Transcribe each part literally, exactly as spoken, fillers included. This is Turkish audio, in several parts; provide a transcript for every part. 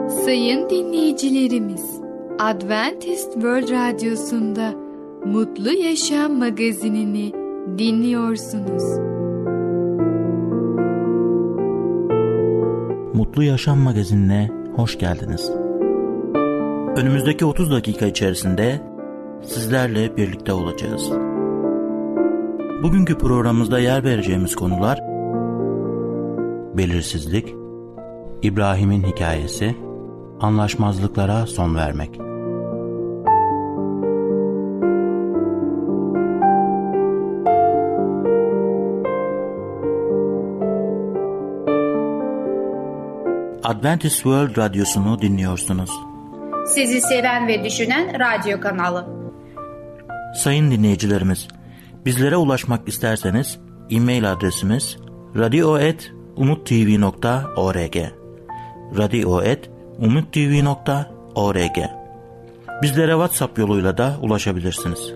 Sayın dinleyicilerimiz, Adventist World Radyosu'nda Mutlu Yaşam magazinini dinliyorsunuz. Mutlu Yaşam magazinine hoş geldiniz. Önümüzdeki otuz dakika içerisinde sizlerle birlikte olacağız. Bugünkü programımızda yer vereceğimiz konular: belirsizlik, İbrahim'in hikayesi, anlaşmazlıklara son vermek. Adventist World Radyosu'nu dinliyorsunuz. Sizi seven ve düşünen radyo kanalı. Sayın dinleyicilerimiz, bizlere ulaşmak isterseniz e-mail adresimiz radio et umuttv nokta org radio et umuttv nokta org. Bizlere WhatsApp yoluyla da ulaşabilirsiniz.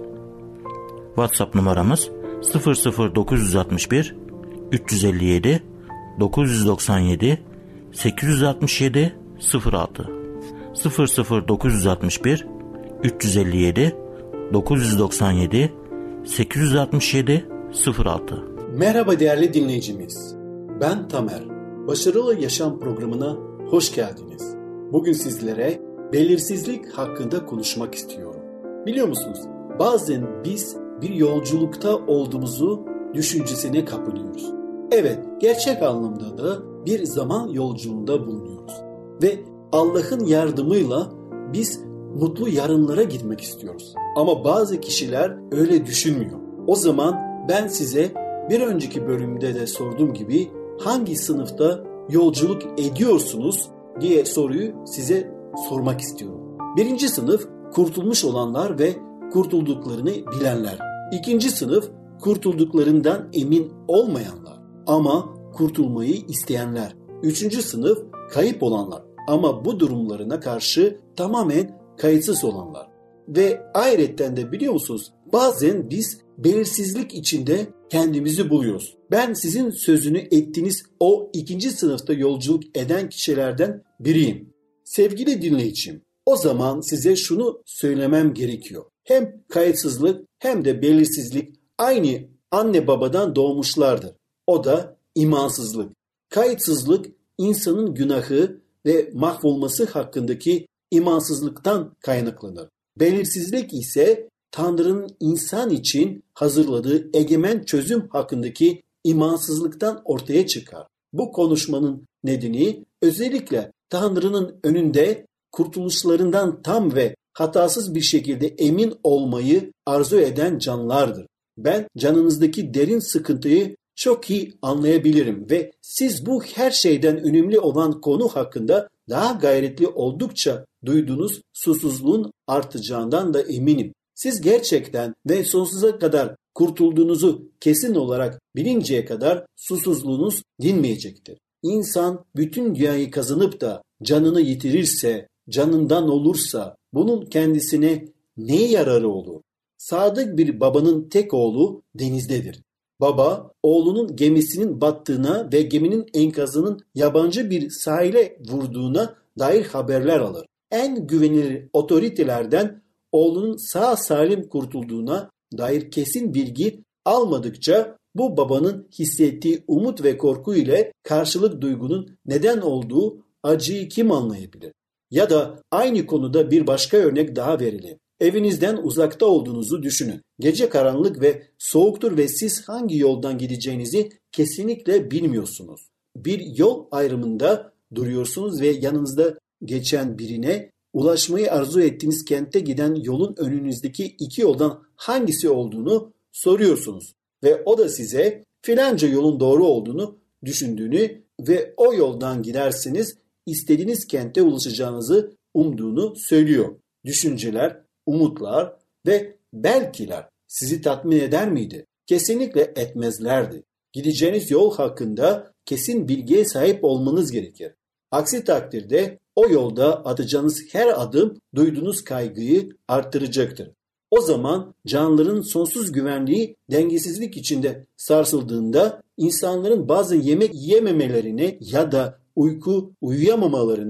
WhatsApp numaramız sıfır sıfır dokuz altı bir üç yüz elli yedi dokuz yüz doksan yedi sekiz yüz altmış yedi sıfır altı sıfır sıfır dokuz altı bir üç yüz elli yedi dokuz yüz doksan yedi sekiz yüz altmış yedi sıfır altı. Merhaba değerli dinleyicimiz. Ben Tamer. Başarılı Yaşam programına hoş geldiniz. Bugün sizlere belirsizlik hakkında konuşmak istiyorum. Biliyor musunuz? Bazen biz bir yolculukta olduğumuzu düşüncesine kapılıyoruz. Evet, gerçek anlamda da bir zaman yolculuğunda bulunuyoruz. Ve Allah'ın yardımıyla biz mutlu yarınlara gitmek istiyoruz. Ama bazı kişiler öyle düşünmüyor. O zaman ben size bir önceki bölümde de sorduğum gibi hangi sınıfta yolculuk ediyorsunuz diye soruyu size sormak istiyorum. Birinci sınıf kurtulmuş olanlar ve kurtulduklarını bilenler. İkinci sınıf kurtulduklarından emin olmayanlar ama kurtulmayı isteyenler. Üçüncü sınıf kayıp olanlar ama bu durumlarına karşı tamamen kayıtsız olanlar. Ve ayrıca de biliyor musunuz, bazen biz belirsizlik içinde kendimizi buluyoruz. Ben sizin sözünü ettiğiniz o ikinci sınıfta yolculuk eden kişilerden biriyim. Sevgili dinleyicim, o zaman size şunu söylemem gerekiyor. Hem kayıtsızlık hem de belirsizlik aynı anne babadan doğmuşlardır. O da imansızlık. Kayıtsızlık insanın günahı ve mahvolması hakkındaki imansızlıktan kaynaklanır. Belirsizlik ise Tanrı'nın insan için hazırladığı egemen çözüm hakkındaki imansızlıktan ortaya çıkar. Bu konuşmanın nedeni özellikle Tanrı'nın önünde kurtuluşlarından tam ve hatasız bir şekilde emin olmayı arzu eden canlardır. Ben canınızdaki derin sıkıntıyı çok iyi anlayabilirim ve siz bu her şeyden önemli olan konu hakkında daha gayretli oldukça duyduğunuz susuzluğun artacağından da eminim. Siz gerçekten ve sonsuza kadar kurtulduğunuzu kesin olarak bilinceye kadar susuzluğunuz dinmeyecektir. İnsan bütün dünyayı kazanıp da canını yitirirse, canından olursa bunun kendisine ne yararı olur? Sadık bir babanın tek oğlu denizdedir. Baba, oğlunun gemisinin battığına ve geminin enkazının yabancı bir sahile vurduğuna dair haberler alır. En güvenilir otoritelerden oğlunun sağ salim kurtulduğuna dair kesin bilgi almadıkça bu babanın hissettiği umut ve korku ile karşılık duygunun neden olduğu acıyı kim anlayabilir? Ya da aynı konuda bir başka örnek daha verelim. Evinizden uzakta olduğunuzu düşünün. Gece karanlık ve soğuktur ve siz hangi yoldan gideceğinizi kesinlikle bilmiyorsunuz. Bir yol ayrımında duruyorsunuz ve yanınızda geçen birine ulaşmayı arzu ettiğiniz kente giden yolun önünüzdeki iki yoldan hangisi olduğunu soruyorsunuz. Ve o da size filanca yolun doğru olduğunu düşündüğünü ve o yoldan giderseniz istediğiniz kente ulaşacağınızı umduğunu söylüyor. Düşünceler, umutlar ve belkiler sizi tatmin eder miydi? Kesinlikle etmezlerdi. Gideceğiniz yol hakkında kesin bilgiye sahip olmanız gerekir. Aksi takdirde o yolda atacağınız her adım duyduğunuz kaygıyı arttıracaktır. O zaman canlıların sonsuz güvenliği dengesizlik içinde sarsıldığında insanların bazı yemek yememelerine ya da uyku uyuyamamalarına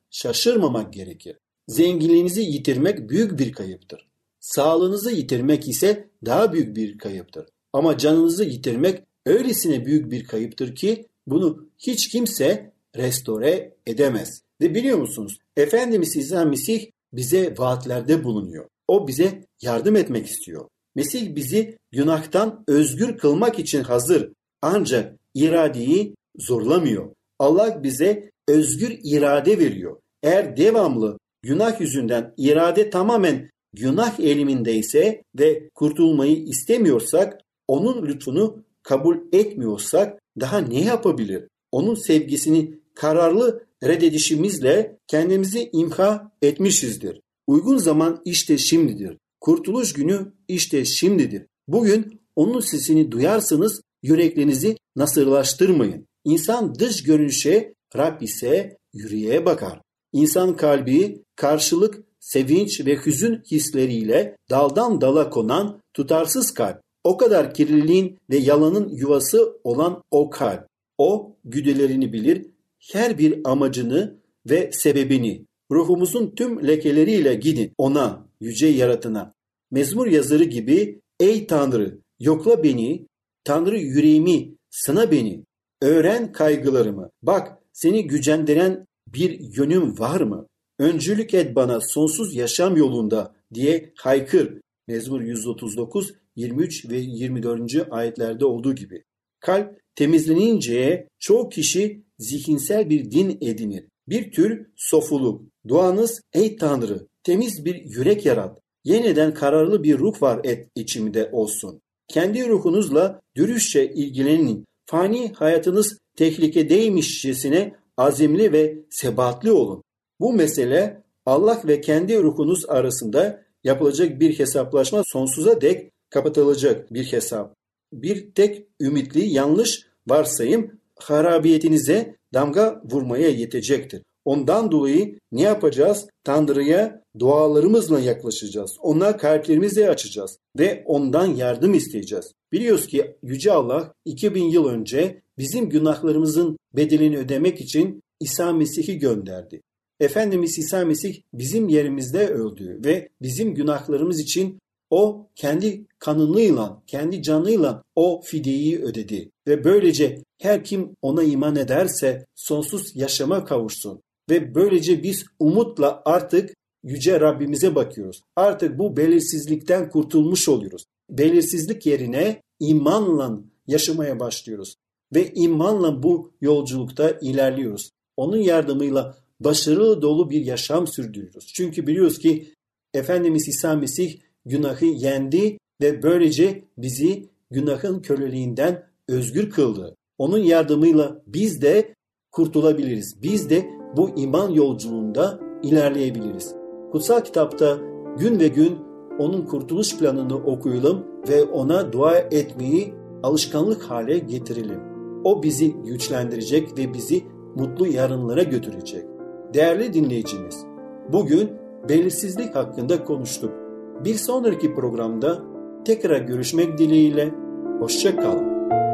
şaşırmamak gerekir. Zenginliğinizi yitirmek büyük bir kayıptır. Sağlığınızı yitirmek ise daha büyük bir kayıptır. Ama canınızı yitirmek öylesine büyük bir kayıptır ki bunu hiç kimse restore edemez. Ve biliyor musunuz? Efendimiz İsa Mesih bize vaatlerde bulunuyor. O bize yardım etmek istiyor. Mesih bizi günahtan özgür kılmak için hazır. Ancak iradeyi zorlamıyor. Allah bize özgür irade veriyor. Eğer devamlı günah yüzünden irade tamamen günah elimindeyse ve kurtulmayı istemiyorsak, onun lütfunu kabul etmiyorsak daha ne yapabilir? Onun sevgisini kararlı reddedişimizle kendimizi imha etmişizdir. Uygun zaman işte şimdidir. Kurtuluş günü işte şimdidir. Bugün onun sesini duyarsanız yüreklerinizi nasırlaştırmayın. İnsan dış görünüşe, Rab ise yüreğe bakar. İnsan kalbi karşılık, sevinç ve hüzün hisleriyle daldan dala konan tutarsız kalp. O kadar kirliliğin ve yalanın yuvası olan o kalp. O güdülerini bilir, her bir amacını ve sebebini. Ruhumuzun tüm lekeleriyle gidin ona, yüce yaratına. Mezmur yazarı gibi, ey Tanrı yokla beni, Tanrı yüreğimi, sına beni. Öğren kaygılarımı. Bak seni gücendiren bir yönüm var mı? Öncülük et bana sonsuz yaşam yolunda diye haykır. Mezmur yüz otuz dokuz, yirmi üç ve yirmi dördüncü ayetlerde olduğu gibi. Kalp temizleninceye çoğu kişi zihinsel bir din edinir. Bir tür sofuluk. Duanız ey Tanrı temiz bir yürek yarat. Yeniden kararlı bir ruh var et içimde olsun. Kendi ruhunuzla dürüstçe ilgilenin. Fani hayatınız tehlikedeymişçesine azimli ve sebatli olun. Bu mesele Allah ve kendi ruhunuz arasında yapılacak bir hesaplaşma, sonsuza dek kapatılacak bir hesap. Bir tek ümitli yanlış varsayım harabiyetinize damga vurmaya yetecektir. Ondan dolayı ne yapacağız? Tanrı'ya dualarımızla yaklaşacağız. Ona kalplerimizi açacağız ve ondan yardım isteyeceğiz. Biliyoruz ki Yüce Allah iki bin yıl önce bizim günahlarımızın bedelini ödemek için İsa Mesih'i gönderdi. Efendimiz İsa Mesih bizim yerimizde öldü ve bizim günahlarımız için o kendi kanıyla, kendi canıyla o fideyi ödedi. Ve böylece her kim ona iman ederse sonsuz yaşama kavuşsun. Ve böylece biz umutla artık Yüce Rabbimize bakıyoruz. Artık bu belirsizlikten kurtulmuş oluyoruz. Belirsizlik yerine imanla yaşamaya başlıyoruz. Ve imanla bu yolculukta ilerliyoruz. Onun yardımıyla başarılı dolu bir yaşam sürdürüyoruz. Çünkü biliyoruz ki Efendimiz İsa Mesih günahı yendi ve böylece bizi günahın köleliğinden özgür kıldı. Onun yardımıyla biz de kurtulabiliriz. Biz de bu iman yolculuğunda ilerleyebiliriz. Kutsal kitapta gün ve gün onun kurtuluş planını okuyalım ve ona dua etmeyi alışkanlık hale getirelim. O bizi güçlendirecek ve bizi mutlu yarınlara götürecek. Değerli dinleyicimiz, bugün belirsizlik hakkında konuştuk. Bir sonraki programda tekrar görüşmek dileğiyle, hoşça kalın.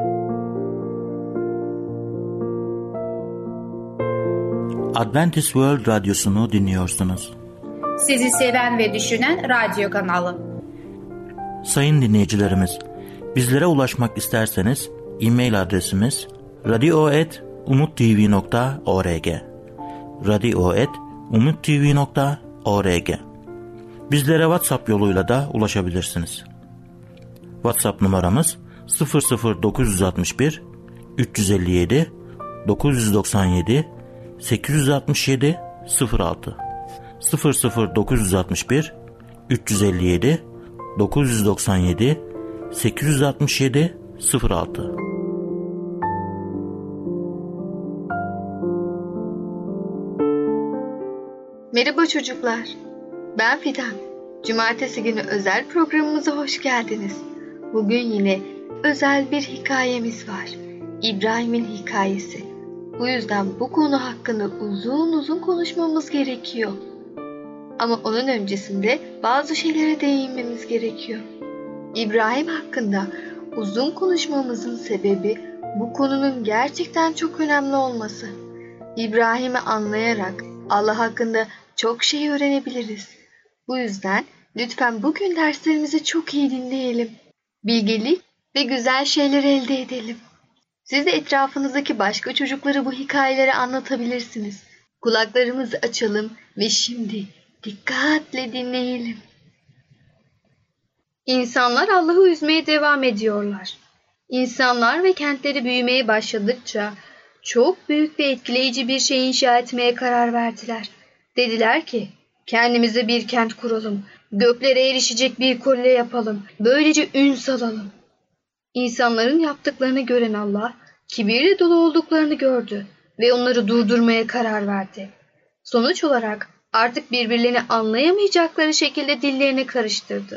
Adventist World Radyosu'nu dinliyorsunuz. Sizi seven ve düşünen radyo kanalı. Sayın dinleyicilerimiz, bizlere ulaşmak isterseniz e-mail adresimiz radio et umuttv nokta org radio et umuttv nokta org. Bizlere WhatsApp yoluyla da ulaşabilirsiniz. WhatsApp numaramız sıfır sıfır dokuz altı bir üç yüz elli yedi dokuz yüz doksan yedi sekiz yüz altmış yedi sıfır altı sıfır sıfır dokuz altı bir üç yüz elli yedi dokuz yüz doksan yedi sekiz yüz altmış yedi sıfır altı. Merhaba çocuklar, ben Fidan. Cumartesi günü özel programımıza hoş geldiniz. Bugün yine özel bir hikayemiz var. İbrahim'in hikayesi. Bu yüzden bu konu hakkında uzun uzun konuşmamız gerekiyor. Ama onun öncesinde bazı şeylere değinmemiz gerekiyor. İbrahim hakkında uzun konuşmamızın sebebi bu konunun gerçekten çok önemli olması. İbrahim'i anlayarak Allah hakkında çok şey öğrenebiliriz. Bu yüzden lütfen bugün derslerimizi çok iyi dinleyelim. Bilgelik ve güzel şeyler elde edelim. Siz de etrafınızdaki başka çocuklara bu hikayeleri anlatabilirsiniz. Kulaklarımızı açalım ve şimdi dikkatle dinleyelim. İnsanlar Allah'ı üzmeye devam ediyorlar. İnsanlar ve kentleri büyümeye başladıkça çok büyük ve etkileyici bir şey inşa etmeye karar verdiler. Dediler ki, kendimize bir kent kuralım, göklere erişecek bir kule yapalım, böylece ün salalım. İnsanların yaptıklarını gören Allah, kibirle dolu olduklarını gördü ve onları durdurmaya karar verdi. Sonuç olarak artık birbirlerini anlayamayacakları şekilde dillerini karıştırdı.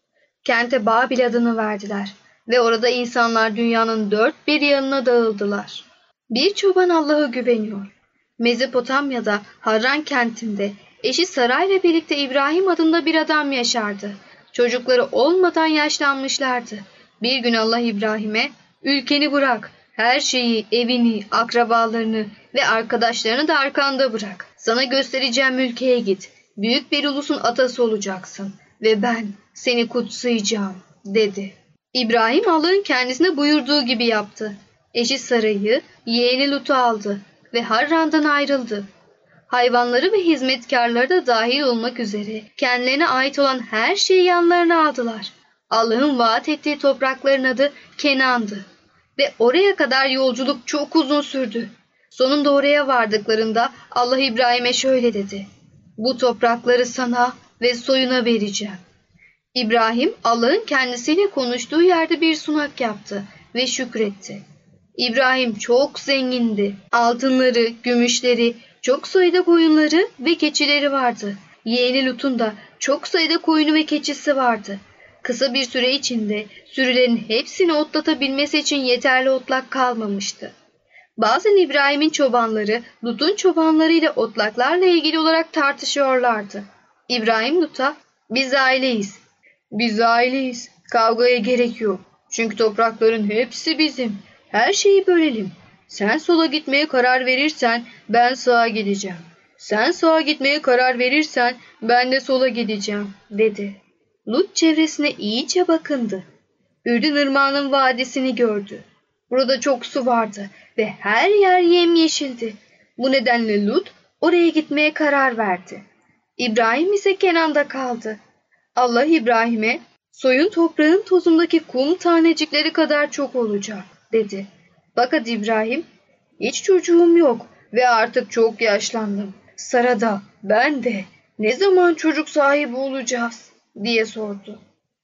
Kente Babil adını verdiler ve orada insanlar dünyanın dört bir yanına dağıldılar. Bir çoban Allah'a güveniyor. Mezopotamya'da Harran kentinde eşi Sara ile birlikte İbrahim adında bir adam yaşardı. Çocukları olmadan yaşlanmışlardı. Bir gün Allah İbrahim'e, ülkeni bırak, her şeyi, evini, akrabalarını ve arkadaşlarını da arkanda bırak. Sana göstereceğim ülkeye git. Büyük bir ulusun atası olacaksın ve ben seni kutsayacağım, dedi. İbrahim Allah'ın kendisine buyurduğu gibi yaptı. Eşi Sara'yı, yeğeni Lut'u aldı ve Harran'dan ayrıldı. Hayvanları ve hizmetkarları da dahil olmak üzere kendilerine ait olan her şeyi yanlarına aldılar. Allah'ın vaat ettiği toprakların adı Kenan'dı ve oraya kadar yolculuk çok uzun sürdü. Sonunda oraya vardıklarında Allah İbrahim'e şöyle dedi: bu toprakları sana ve soyuna vereceğim. İbrahim Allah'ın kendisiyle konuştuğu yerde bir sunak yaptı ve şükretti. İbrahim çok zengindi. Altınları, gümüşleri, çok sayıda koyunları ve keçileri vardı. Yeğeni Lut'un da çok sayıda koyunu ve keçisi vardı. Kısa bir süre içinde sürülerin hepsini otlatabilmesi için yeterli otlak kalmamıştı. Bazen İbrahim'in çobanları Lut'un çobanlarıyla otlaklarla ilgili olarak tartışıyorlardı. İbrahim Lut'a, biz aileyiz. Biz aileyiz. Kavgaya gerek yok. Çünkü toprakların hepsi bizim. Her şeyi bölelim. Sen sola gitmeye karar verirsen ben sağa gideceğim. Sen sağa gitmeye karar verirsen ben de sola gideceğim, dedi. Lut çevresine iyice bakındı. Ürdün Irmağı'nın vadisini gördü. Burada çok su vardı ve her yer yemyeşildi. Bu nedenle Lut oraya gitmeye karar verdi. İbrahim ise Kenan'da kaldı. Allah İbrahim'e, soyun toprağın tozundaki kum tanecikleri kadar çok olacak, dedi. Fakat İbrahim, hiç çocuğum yok ve artık çok yaşlandım. Sara da, ben de ne zaman çocuk sahibi olacağız, diye sordu.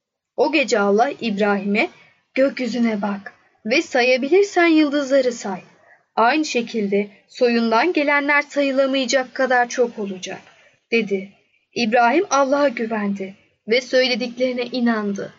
O gece Allah İbrahim'e, gökyüzüne bak ve sayabilirsen yıldızları say. Aynı şekilde soyundan gelenler sayılamayacak kadar çok olacak, dedi. İbrahim Allah'a güvendi ve söylediklerine inandı.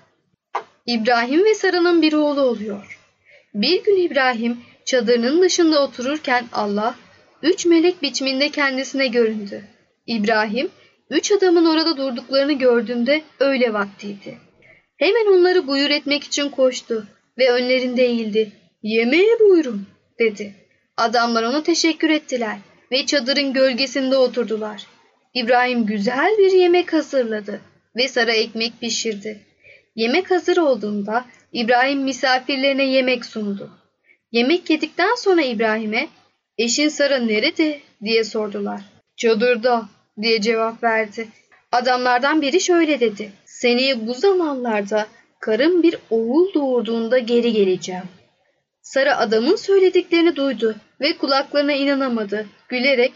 İbrahim ve Sara'nın bir oğlu oluyor. Bir gün İbrahim çadırının dışında otururken Allah üç melek biçiminde kendisine göründü. İbrahim üç adamın orada durduklarını gördüğünde öğle vaktiydi. Hemen onları buyur etmek için koştu ve önlerinde eğildi. Yemeğe buyurun, dedi. Adamlar ona teşekkür ettiler ve çadırın gölgesinde oturdular. İbrahim güzel bir yemek hazırladı ve Sara ekmek pişirdi. Yemek hazır olduğunda İbrahim misafirlerine yemek sundu. Yemek yedikten sonra İbrahim'e, eşin Sara nerede, diye sordular. Çadırda, diye cevap verdi. Adamlardan biri şöyle dedi. Seneye bu zamanlarda karım bir oğul doğurduğunda geri geleceğim. Sara adamın söylediklerini duydu ve kulaklarına inanamadı. Gülerek,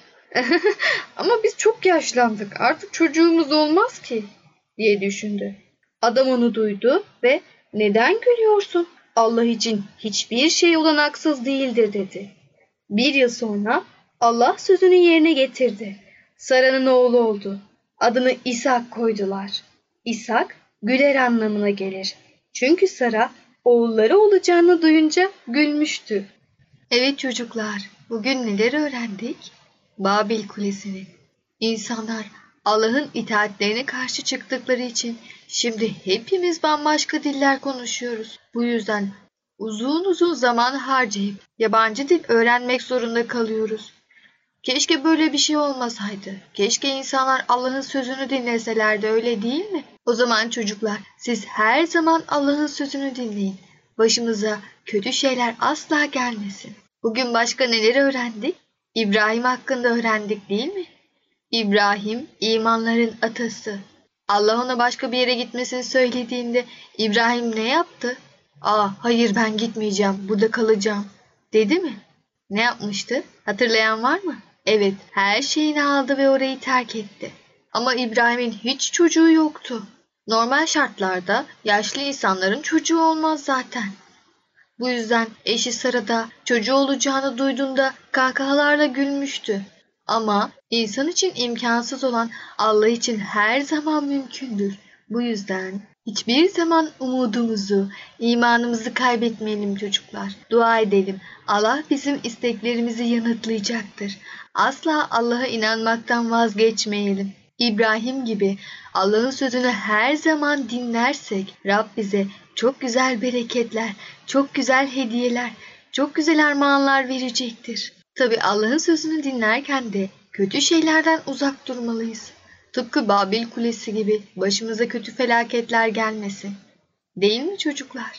ama biz çok yaşlandık, artık çocuğumuz olmaz ki, diye düşündü. Adam onu duydu ve neden gülüyorsun? Allah için hiçbir şey olanaksız değildir, dedi. Bir yıl sonra Allah sözünü yerine getirdi. Sara'nın oğlu oldu. Adını İshak koydular. İshak güler anlamına gelir. Çünkü Sara oğulları olacağını duyunca gülmüştü. Evet çocuklar, bugün neler öğrendik? Babil Kulesi'ni. İnsanlar Allah'ın itaatlerine karşı çıktıkları için şimdi hepimiz bambaşka diller konuşuyoruz. Bu yüzden uzun uzun zaman harcayıp yabancı dil öğrenmek zorunda kalıyoruz. Keşke böyle bir şey olmasaydı. Keşke insanlar Allah'ın sözünü dinleselerdi, öyle değil mi? O zaman çocuklar, siz her zaman Allah'ın sözünü dinleyin. Başımıza kötü şeyler asla gelmesin. Bugün başka neler öğrendik? İbrahim hakkında öğrendik değil mi? İbrahim imanların atası. Allah ona başka bir yere gitmesini söylediğinde İbrahim ne yaptı? Aa, hayır ben gitmeyeceğim, burada kalacağım dedi mi? Ne yapmıştı? Hatırlayan var mı? Evet, her şeyini aldı ve orayı terk etti. Ama İbrahim'in hiç çocuğu yoktu. Normal şartlarda yaşlı insanların çocuğu olmaz zaten. Bu yüzden eşi Sara da çocuğu olacağını duyduğunda kahkahalarla gülmüştü. Ama insan için imkansız olan Allah için her zaman mümkündür. Bu yüzden hiçbir zaman umudumuzu, imanımızı kaybetmeyelim çocuklar. Dua edelim. Allah bizim isteklerimizi yanıtlayacaktır. Asla Allah'a inanmaktan vazgeçmeyelim. İbrahim gibi Allah'ın sözünü her zaman dinlersek Rab bize çok güzel bereketler, çok güzel hediyeler, çok güzel armağanlar verecektir. Tabii Allah'ın sözünü dinlerken de kötü şeylerden uzak durmalıyız. Tıpkı Babil Kulesi gibi başımıza kötü felaketler gelmesin. Değil mi çocuklar?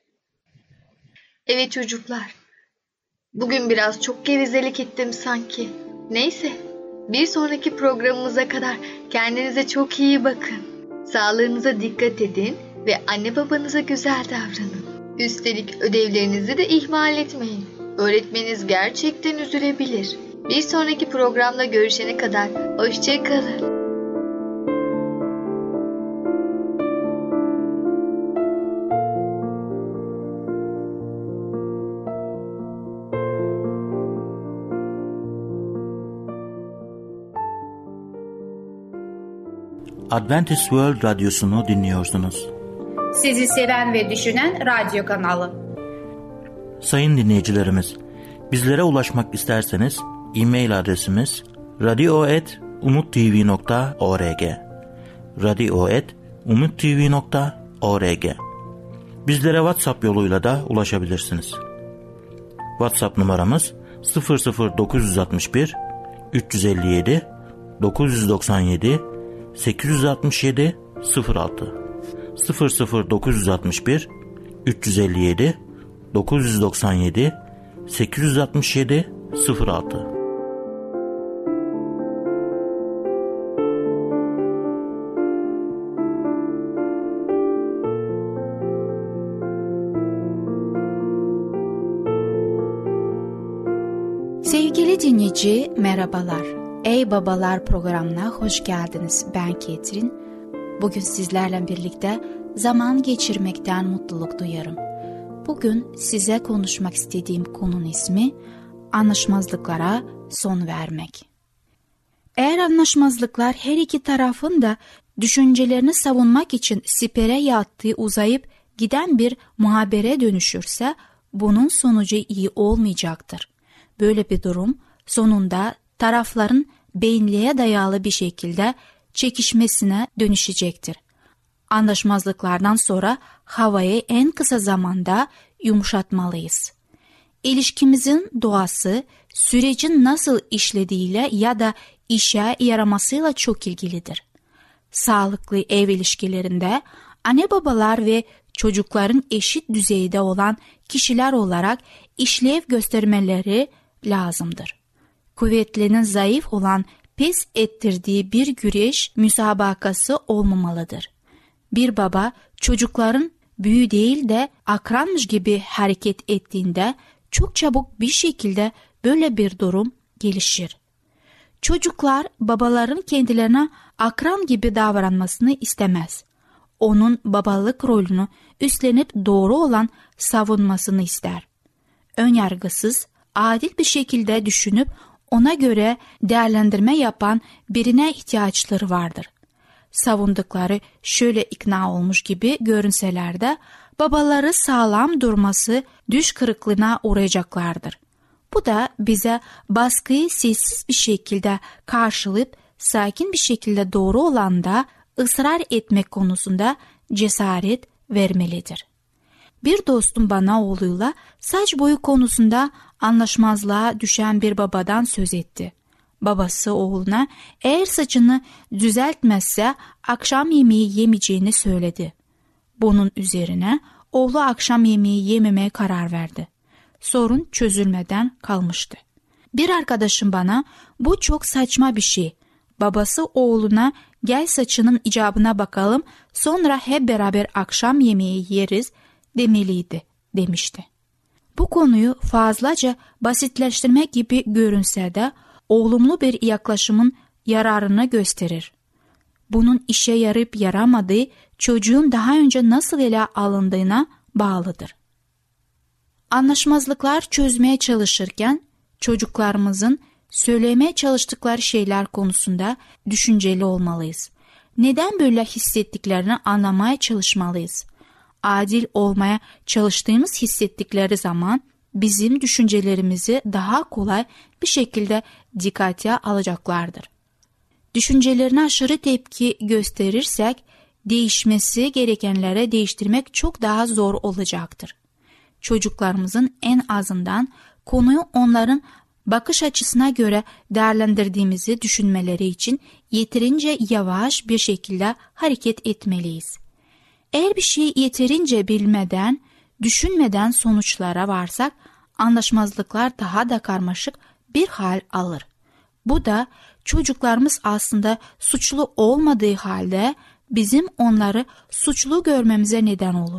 Evet çocuklar. Bugün biraz çok gevezelik ettim sanki. Neyse. Bir sonraki programımıza kadar kendinize çok iyi bakın. Sağlığınıza dikkat edin ve anne babanıza güzel davranın. Üstelik ödevlerinizi de ihmal etmeyin. Öğretmeniniz gerçekten üzülebilir. Bir sonraki programda görüşene kadar hoşça kalın. Adventist World Radyosu'nu dinliyorsunuz. Sizi seven ve düşünen radyo kanalı. Sayın dinleyicilerimiz, bizlere ulaşmak isterseniz e-mail adresimiz radio et umuttv nokta org radio et umuttv nokta org. Bizlere WhatsApp yoluyla da ulaşabilirsiniz. WhatsApp numaramız sıfır sıfır dokuz altı bir üç elli yedi dokuz doksan yedi sekiz altı yedi sıfır altı sıfır sıfır dokuz altı bir üç elli yedi dokuz doksan yedi sekiz altı yedi sıfır altı. Sevgili dinleyici, merhabalar. Ey Babalar programına hoş geldiniz. Ben Ketrin. Bugün sizlerle birlikte zaman geçirmekten mutluluk duyarım. Bugün size konuşmak istediğim konunun ismi anlaşmazlıklara son vermek. Eğer anlaşmazlıklar her iki tarafın da düşüncelerini savunmak için sipere yattığı uzayıp giden bir muhabere dönüşürse bunun sonucu iyi olmayacaktır. Böyle bir durum sonunda tarafların beyinliğe dayalı bir şekilde çekişmesine dönüşecektir. Anlaşmazlıklardan sonra havayı en kısa zamanda yumuşatmalıyız. İlişkimizin doğası sürecin nasıl işlediğiyle ya da işe yaramasıyla çok ilgilidir. Sağlıklı ev ilişkilerinde anne babalar ve çocukların eşit düzeyde olan kişiler olarak işlev göstermeleri lazımdır. Kuvvetlinin zayıf olan pes ettirdiği bir güreş müsabakası olmamalıdır. Bir baba çocukların büyü değil de akranmış gibi hareket ettiğinde çok çabuk bir şekilde böyle bir durum gelişir. Çocuklar babaların kendilerine akran gibi davranmasını istemez. Onun babalık rolünü üstlenip doğru olan savunmasını ister. Önyargısız, adil bir şekilde düşünüp ona göre değerlendirme yapan birine ihtiyaçları vardır. Savundukları şöyle ikna olmuş gibi görünseler de babaları sağlam durması düş kırıklığına uğrayacaklardır. Bu da bize baskıyı sessiz bir şekilde karşılayıp sakin bir şekilde doğru olanda ısrar etmek konusunda cesaret vermelidir. Bir dostum bana oğluyla saç boyu konusunda anlaşmazlığa düşen bir babadan söz etti. Babası oğluna eğer saçını düzeltmezse akşam yemeği yemeyeceğini söyledi. Bunun üzerine oğlu akşam yemeği yememeye karar verdi. Sorun çözülmeden kalmıştı. Bir arkadaşım bana bu çok saçma bir şey. Babası oğluna gel saçının icabına bakalım sonra hep beraber akşam yemeği yeriz demeliydi demişti. Bu konuyu fazlaca basitleştirmek gibi görünse de olumlu bir yaklaşımın yararını gösterir. Bunun işe yarayıp yaramadığı çocuğun daha önce nasıl ele alındığına bağlıdır. Anlaşmazlıklar çözmeye çalışırken çocuklarımızın söylemeye çalıştıkları şeyler konusunda düşünceli olmalıyız. Neden böyle hissettiklerini anlamaya çalışmalıyız. Adil olmaya çalıştığımız hissettikleri zaman bizim düşüncelerimizi daha kolay bir şekilde dikkate alacaklardır. Düşüncelerine aşırı tepki gösterirsek değişmesi gerekenlere değiştirmek çok daha zor olacaktır. Çocuklarımızın en azından konuyu onların bakış açısına göre değerlendirdiğimizi düşünmeleri için yeterince yavaş bir şekilde hareket etmeliyiz. Eğer bir şeyi yeterince bilmeden, düşünmeden sonuçlara varsak anlaşmazlıklar daha da karmaşık bir hal alır. Bu da çocuklarımız aslında suçlu olmadığı halde bizim onları suçlu görmemize neden olur.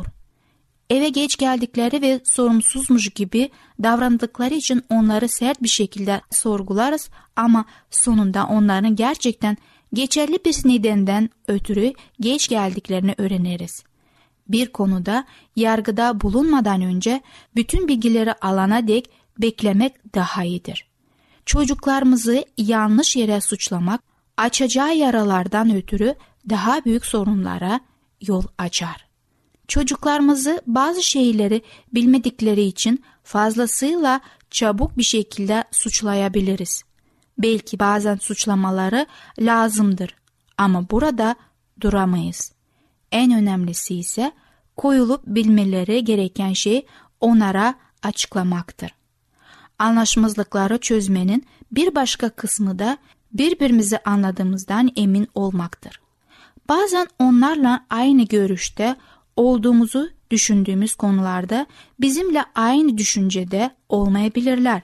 Eve geç geldikleri ve sorumsuzmuş gibi davrandıkları için onları sert bir şekilde sorgularız ama sonunda onların gerçekten geçerli bir nedenden ötürü geç geldiklerini öğreniriz. Bir konuda yargıda bulunmadan önce bütün bilgileri alana dek beklemek daha iyidir. Çocuklarımızı yanlış yere suçlamak açacağı yaralardan ötürü daha büyük sorunlara yol açar. Çocuklarımızı bazı şeyleri bilmedikleri için fazlasıyla çabuk bir şekilde suçlayabiliriz. Belki bazen suçlamaları lazımdır ama burada duramayız. En önemlisi ise koyulup bilmeleri gereken şey onlara açıklamaktır. Anlaşmazlıkları çözmenin bir başka kısmı da birbirimizi anladığımızdan emin olmaktır. Bazen onlarla aynı görüşte olduğumuzu düşündüğümüz konularda bizimle aynı düşüncede olmayabilirler.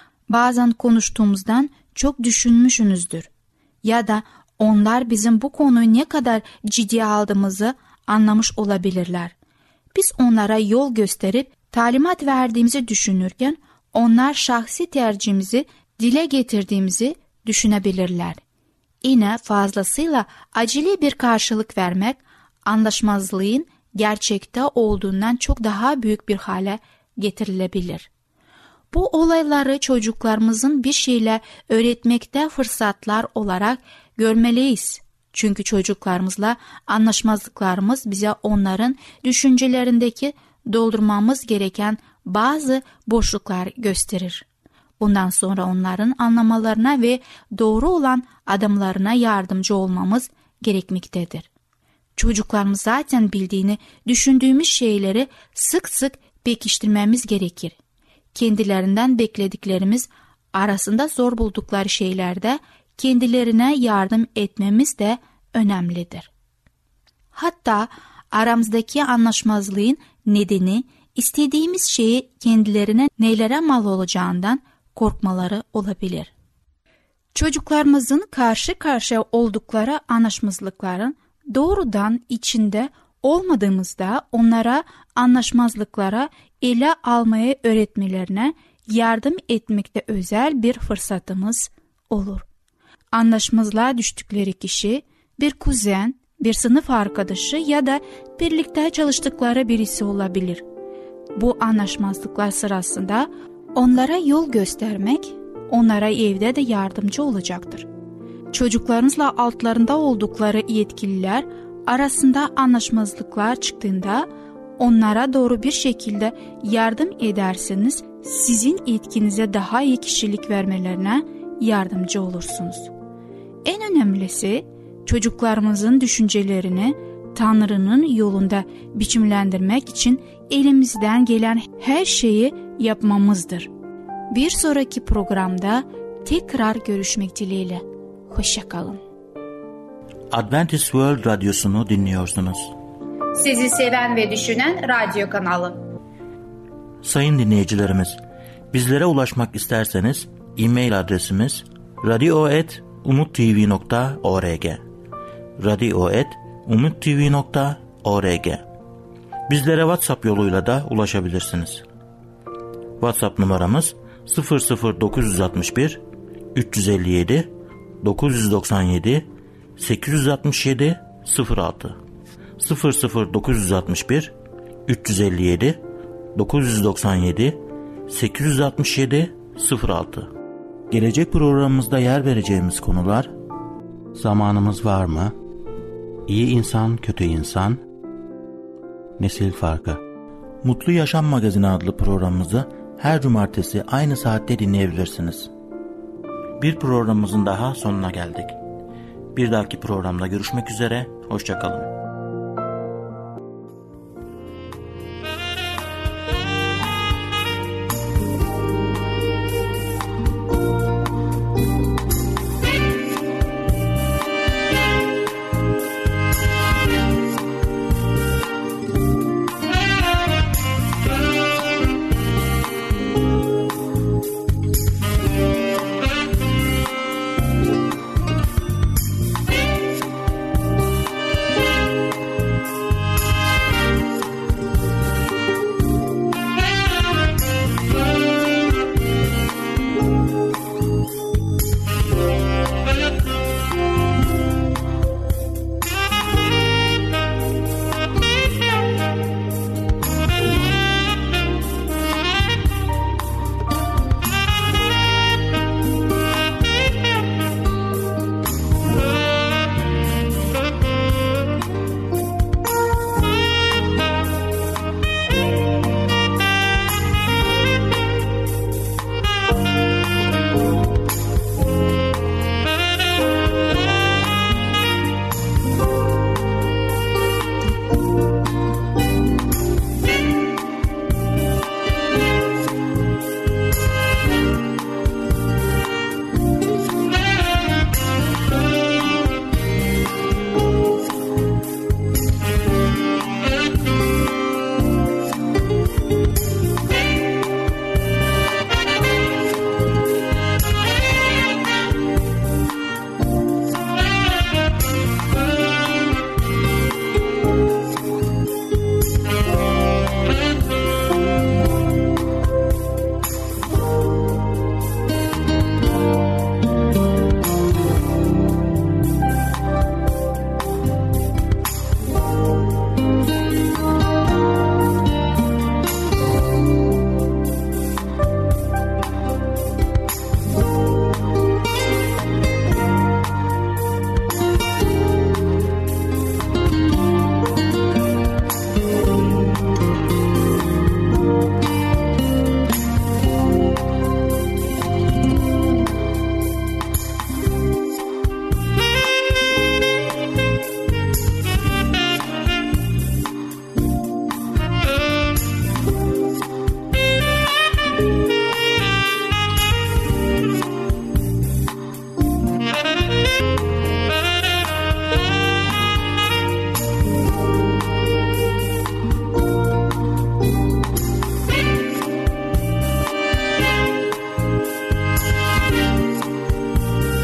Bazen konuştuğumuzdan çok düşünmüşsünüzdür. Ya da onlar bizim bu konuyu ne kadar ciddiye aldığımızı anlamış olabilirler. Biz onlara yol gösterip talimat verdiğimizi düşünürken onlar şahsi tercihimizi dile getirdiğimizi düşünebilirler. Yine fazlasıyla acele bir karşılık vermek anlaşmazlığın gerçekte olduğundan çok daha büyük bir hale getirilebilir. Bu olayları çocuklarımızın bir şeyle öğretmekte fırsatlar olarak görmeliyiz. Çünkü çocuklarımızla anlaşmazlıklarımız bize onların düşüncelerindeki doldurmamız gereken bazı boşluklar gösterir. Bundan sonra onların anlamalarına ve doğru olan adımlarına yardımcı olmamız gerekmektedir. Çocuklarımız zaten bildiğini düşündüğümüz şeyleri sık sık pekiştirmemiz gerekir. Kendilerinden beklediklerimiz arasında zor buldukları şeylerde kendilerine yardım etmemiz de önemlidir. Hatta aramızdaki anlaşmazlığın nedeni istediğimiz şeyi kendilerine nelere mal olacağından korkmaları olabilir. Çocuklarımızın karşı karşıya oldukları anlaşmazlıkların doğrudan içinde olmadığımızda onlara anlaşmazlıklara ele almayı öğretmelerine yardım etmekte özel bir fırsatımız olur. Anlaşmazlığa düştükleri kişi bir kuzen, bir sınıf arkadaşı ya da birlikte çalıştıkları birisi olabilir. Bu anlaşmazlıklar sırasında onlara yol göstermek, onlara evde de yardımcı olacaktır. Çocuklarınızla altlarında oldukları yetkililer arasında anlaşmazlıklar çıktığında onlara doğru bir şekilde yardım ederseniz sizin etkinize daha iyi kişilik vermelerine yardımcı olursunuz. En önemlisi çocuklarımızın düşüncelerini Tanrı'nın yolunda biçimlendirmek için elimizden gelen her şeyi yapmamızdır. Bir sonraki programda tekrar görüşmek dileğiyle. Hoşça kalın. Adventist World Radyosu'nu dinliyorsunuz. Sizi seven ve düşünen radyo kanalı. Sayın dinleyicilerimiz, bizlere ulaşmak isterseniz e-mail adresimiz radio et umuttv nokta org radio et umuttv nokta org. Bizlere WhatsApp yoluyla da ulaşabilirsiniz. WhatsApp numaramız sıfır sıfır dokuz altı bir üç yüz elli yedi dokuz yüz doksan yedi sekiz yüz altmış yedi sıfır altı sıfır sıfır dokuz altı bir üç yüz elli yedi dokuz yüz doksan yedi sekiz yüz altmış yedi sıfır altı. Gelecek programımızda yer vereceğimiz konular: zamanımız var mı? İyi insan, kötü insan, nesil farkı. Mutlu Yaşam Magazini adlı programımızı her cumartesi aynı saatte dinleyebilirsiniz. Bir programımızın daha sonuna geldik. Bir dahaki programda görüşmek üzere, hoşça kalın.